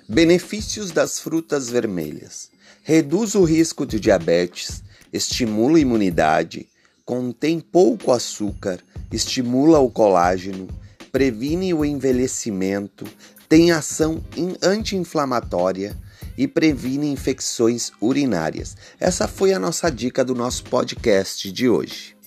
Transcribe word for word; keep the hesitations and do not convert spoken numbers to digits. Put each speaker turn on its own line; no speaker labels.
Benefícios das frutas vermelhas: reduz o risco de diabetes, estimula a imunidade, contém pouco açúcar, estimula o colágeno, previne o envelhecimento, tem ação anti-inflamatória e previne infecções urinárias. Essa foi a nossa dica do nosso podcast de hoje.